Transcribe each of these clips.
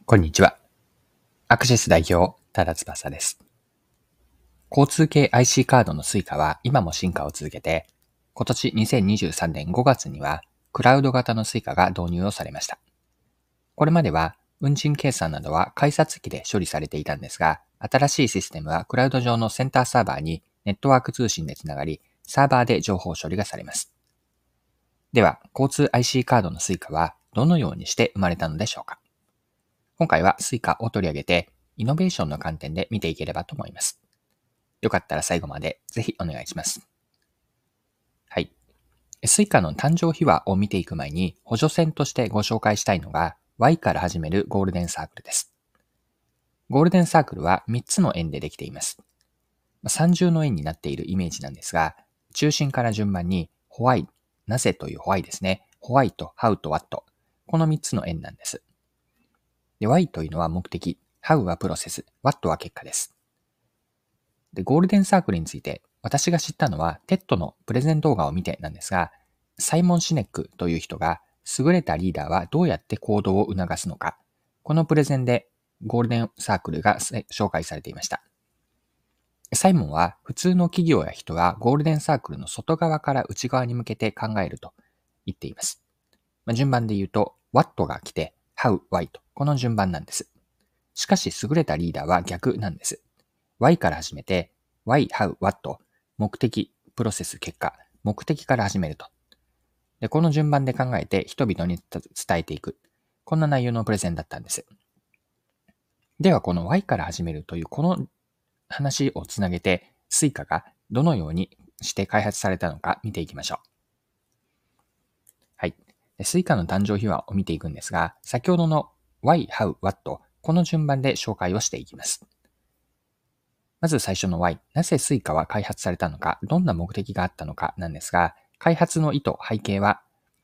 こんにちは。アクシス代表、多田翼です。交通系 IC カードの Suica は今も進化を続けて、今年2023年5月にはクラウド型の Suica が導入をされました。これまでは運賃計算などは改札機で処理されていたんですが、新しいシステムはクラウド上のセンターサーバーにネットワーク通信でつながり、サーバーで情報処理がされます。では、交通 IC カードの Suica はどのようにして生まれたのでしょうか。今回は Suica を取り上げて、イノベーションの観点で見ていければと思います。よかったら最後までぜひお願いします。はい。Suica の誕生秘話を見ていく前に、補助線としてご紹介したいのが、Y から始めるゴールデンサークルです。ゴールデンサークルは3つの円でできています。三重の円になっているイメージなんですが、中心から順番に Why、なぜという Why ですね。Why と How と What。この3つの円なんです。で、Why というのは目的、How はプロセス、What は結果です。で、ゴールデンサークルについて私が知ったのは TED のプレゼン動画を見てなんですが、サイモン・シネックという人が優れたリーダーはどうやって行動を促すのか、このプレゼンでゴールデンサークルが紹介されていました。サイモンは普通の企業や人はゴールデンサークルの外側から内側に向けて考えると言っています。順番で言うと What が来て How, Why とこの順番なんです。しかし優れたリーダーは逆なんです。Why から始めて、Why, How, What、目的、プロセス、結果、目的から始めると。で、この順番で考えて人々に伝えていく。こんな内容のプレゼンだったんです。では、この Why から始めるというこの話をつなげて、Suica がどのようにして開発されたのか見ていきましょう。はい。Suica の誕生秘話を見ていくんですが、先ほどの Why, How, What、この順番で紹介をしていきます。まず最初の Y、なぜ Suica は開発されたのか、どんな目的があったのかなんですが、開発の意図、背景は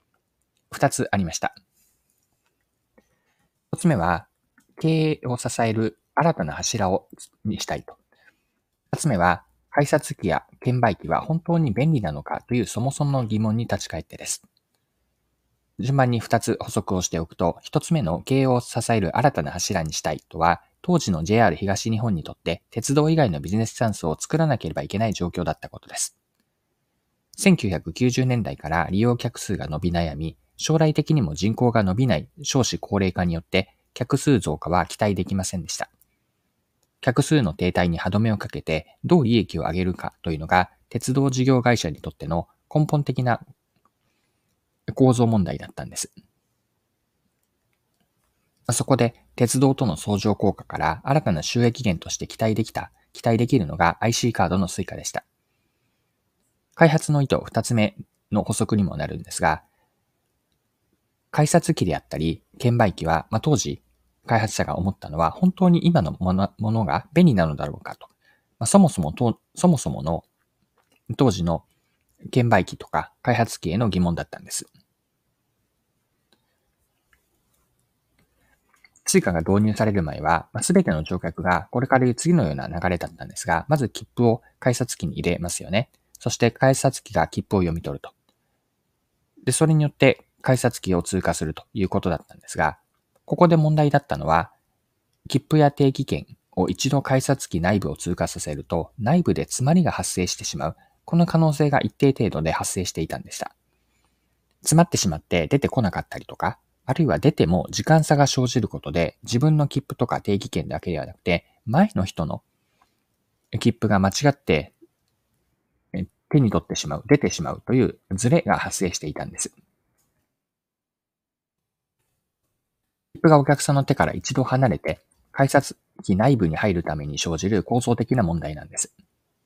2つありました。1つ目は、経営を支える新たな柱にしたいと。2つ目は、改札機や券売機は本当に便利なのかというそもそもの疑問に立ち返ってです。順番に2つ補足をしておくと、1つ目の経営を支える新たな柱にしたいとは、当時の JR 東日本にとって鉄道以外のビジネスチャンスを作らなければいけない状況だったことです。1990年代から利用客数が伸び悩み、将来的にも人口が伸びない少子高齢化によって客数増加は期待できませんでした。客数の停滞に歯止めをかけてどう利益を上げるかというのが鉄道事業会社にとっての根本的な構造問題だったんです。そこで鉄道との相乗効果から新たな収益源として期待できるのが IC カードのSuicaでした。開発の意図2つ目の補足にもなるんですが、改札機であったり券売機は、当時開発者が思ったのは本当に今のものが便利なのだろうかと。そもそもの当時の券売機とか開発機への疑問だったんです。Suicaが導入される前は、すべての乗客がこれから言う次のような流れだったんですが、まず切符を改札機に入れますよね。そして改札機が切符を読み取ると。で、それによって改札機を通過するということだったんですが、ここで問題だったのは、切符や定期券を一度改札機内部を通過させると、内部で詰まりが発生してしまう。この可能性が一定程度で発生していたんでした。詰まってしまって出てこなかったりとか、あるいは出ても時間差が生じることで、自分の切符とか定期券だけではなくて、前の人の切符が間違って手に取ってしまう、出てしまうというズレが発生していたんです。切符がお客さんの手から一度離れて、改札機内部に入るために生じる構造的な問題なんです。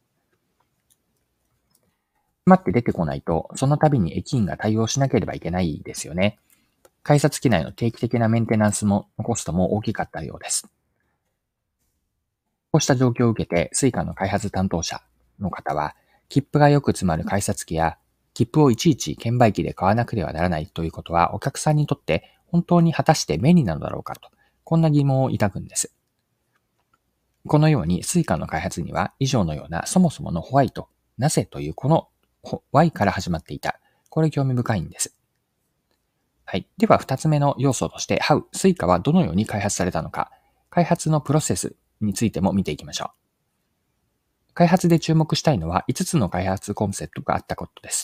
待って出てこないと、その度に駅員が対応しなければいけないですよね。改札機内の定期的なメンテナンスのコストも大きかったようです。こうした状況を受けて、Suicaの開発担当者の方は、切符がよく詰まる改札機や、切符をいちいち券売機で買わなければならないということは、お客さんにとって本当に果たして便利なのだろうかと、こんな疑問を抱くんです。このようにSuicaの開発には、以上のようなそもそものホワイト、なぜというこの Y から始まっていた。これ興味深いんです。 はい。では、二つ目の要素として、How、スイカはどのように開発されたのか、開発のプロセスについても見ていきましょう。開発で注目したいのは、5つの開発コンセプトがあったことです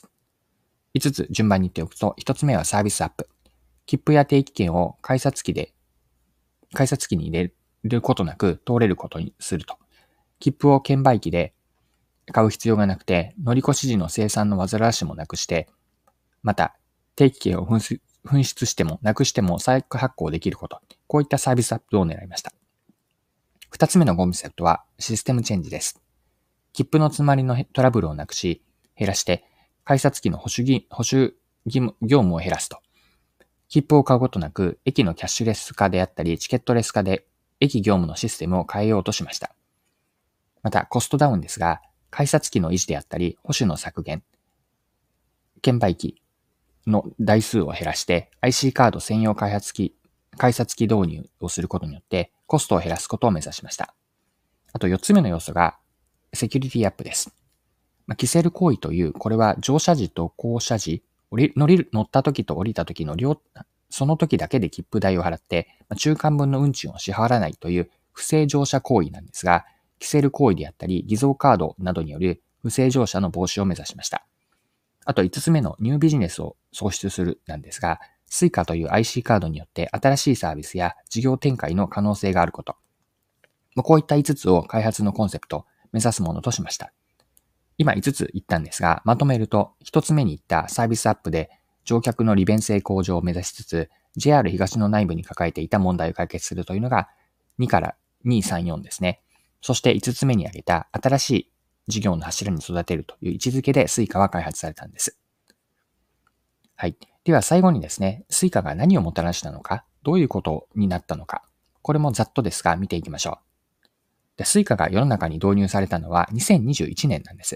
。5つ順番に言っておくと、1つ目はサービスアップ。切符や定期券を改札機に入れることなく通れることにすると。切符を券売機で買う必要がなくて、乗り越し時の生産の煩わしもなくして、また、定期券を紛失してもなくしても再発行できること。こういったサービスアップを狙いました。二つ目のコンセプトはシステムチェンジです。切符の詰まりのトラブルをなくし、減らして、改札機の保守業務を減らすと。切符を買うことなく、駅のキャッシュレス化であったり、チケットレス化で、駅業務のシステムを変えようとしました。また、コストダウンですが、改札機の維持であったり、保守の削減、券売機の台数を減らして、IC カード専用改札機導入をすることによって、コストを減らすことを目指しました。あと4つ目の要素が、セキュリティアップです。キセル行為という、これは乗車時と降車時、乗った時と降りた時のその時だけで切符代を払って、中間分の運賃を支払わないという不正乗車行為なんですが、キセル行為であったり、偽造カードなどによる不正乗車の防止を目指しました。あと5つ目のニュービジネスを創出するなんですが、Suica という IC カードによって新しいサービスや事業展開の可能性があること。こういった5つを開発のコンセプト、目指すものとしました。今5つ言ったんですが、まとめると、1つ目に言ったサービスアップで乗客の利便性向上を目指しつつ、JR 東の内部に抱えていた問題を解決するというのが2から2、3、4ですね。そして5つ目に挙げた新しい事業の柱に育てるという位置づけで Suica は開発されたんです。はい。では最後にですね、Suica が何をもたらしたのか、どういうことになったのか、これもざっとですが見ていきましょう。で、Suica が世の中に導入されたのは2021年なんです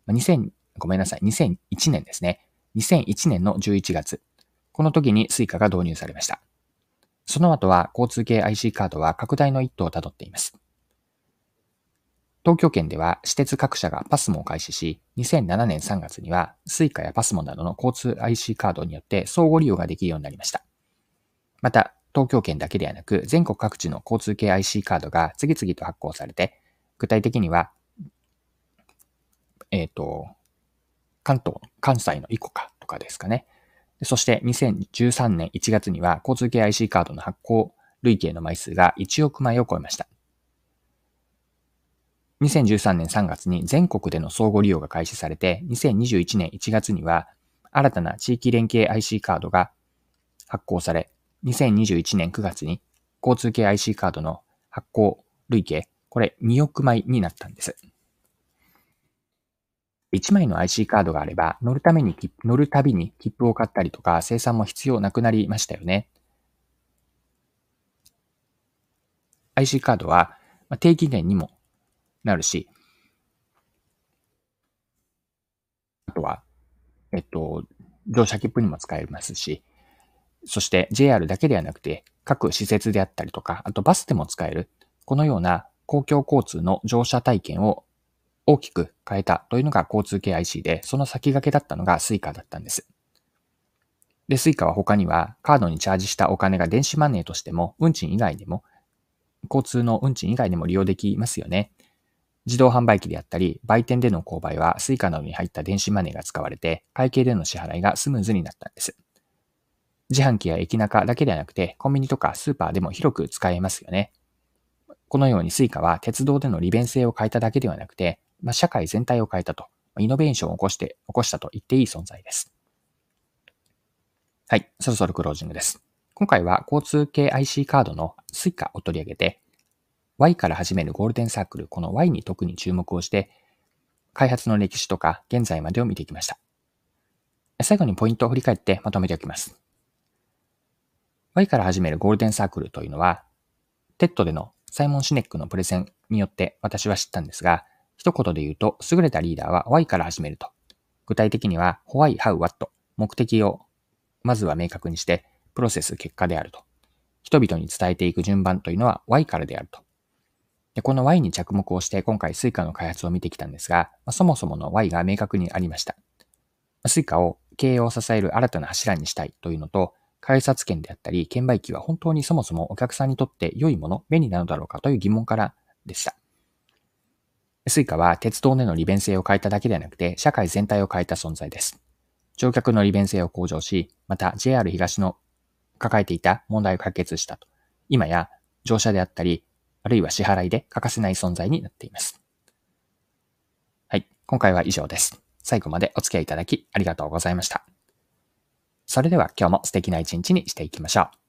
。2001年ですね。2001年の11月。この時に Suica が導入されました。その後は交通系 IC カードは拡大の一途をたどっています。東京圏では私鉄各社がパスモを開始し、2007年3月には Suica やパスモなどの交通 IC カードによって相互利用ができるようになりました。また、東京圏だけではなく全国各地の交通系 IC カードが次々と発行されて、具体的には、関西のイコカとかですかね。そして2013年1月には交通系 IC カードの発行累計の枚数が1億枚を超えました。2013年3月に全国での相互利用が開始されて、2021年1月には新たな地域連携 IC カードが発行され、2021年9月に交通系 IC カードの発行累計、これ2億枚になったんです。1枚の IC カードがあれば、乗るたびに切符を買ったりとか、生産も必要なくなりましたよね。IC カードは定期券にもなるし、あとは、乗車切符にも使えますし、そして JR だけではなくて、各施設であったりとか、あとバスでも使える、このような公共交通の乗車体験を大きく変えたというのが交通系 IC で、その先駆けだったのが Suica だったんです。で、Suica は他にはカードにチャージしたお金が電子マネーとしても、交通の運賃以外でも利用できますよね。自動販売機であったり、売店での購買は Suica などに入った電子マネーが使われて、会計での支払いがスムーズになったんです。自販機や駅中だけではなくて、コンビニとかスーパーでも広く使えますよね。このように Suica は鉄道での利便性を変えただけではなくて、社会全体を変えたと、イノベーションを起こしたと言っていい存在です。はい、そろそろクロージングです。今回は交通系 IC カードの Suica を取り上げて、Y から始めるゴールデンサークル、この Y に特に注目をして、開発の歴史とか現在までを見ていきました。最後にポイントを振り返ってまとめておきます。Y から始めるゴールデンサークルというのは、TED でのサイモン・シネックのプレゼンによって私は知ったんですが、一言で言うと、優れたリーダーは Y から始めると。具体的には、Why, How, What、目的をまずは明確にして、プロセス、結果であると。人々に伝えていく順番というのは Y からであると。で、この Y に着目をして今回 Suica の開発を見てきたんですが、そもそもの Y が明確にありました。Suica を経営を支える新たな柱にしたいというのと、 改札券であったり、券売機は本当にそもそもお客さんにとって良いもの、便利なのだろうかという疑問からでした。スイカは鉄道での利便性を変えただけではなくて、社会全体を変えた存在です。乗客の利便性を向上し、また JR 東の抱えていた問題を解決したと。今や乗車であったり、あるいは支払いで欠かせない存在になっています。はい、今回は以上です。最後までお付き合いいただきありがとうございました。それでは今日も素敵な一日にしていきましょう。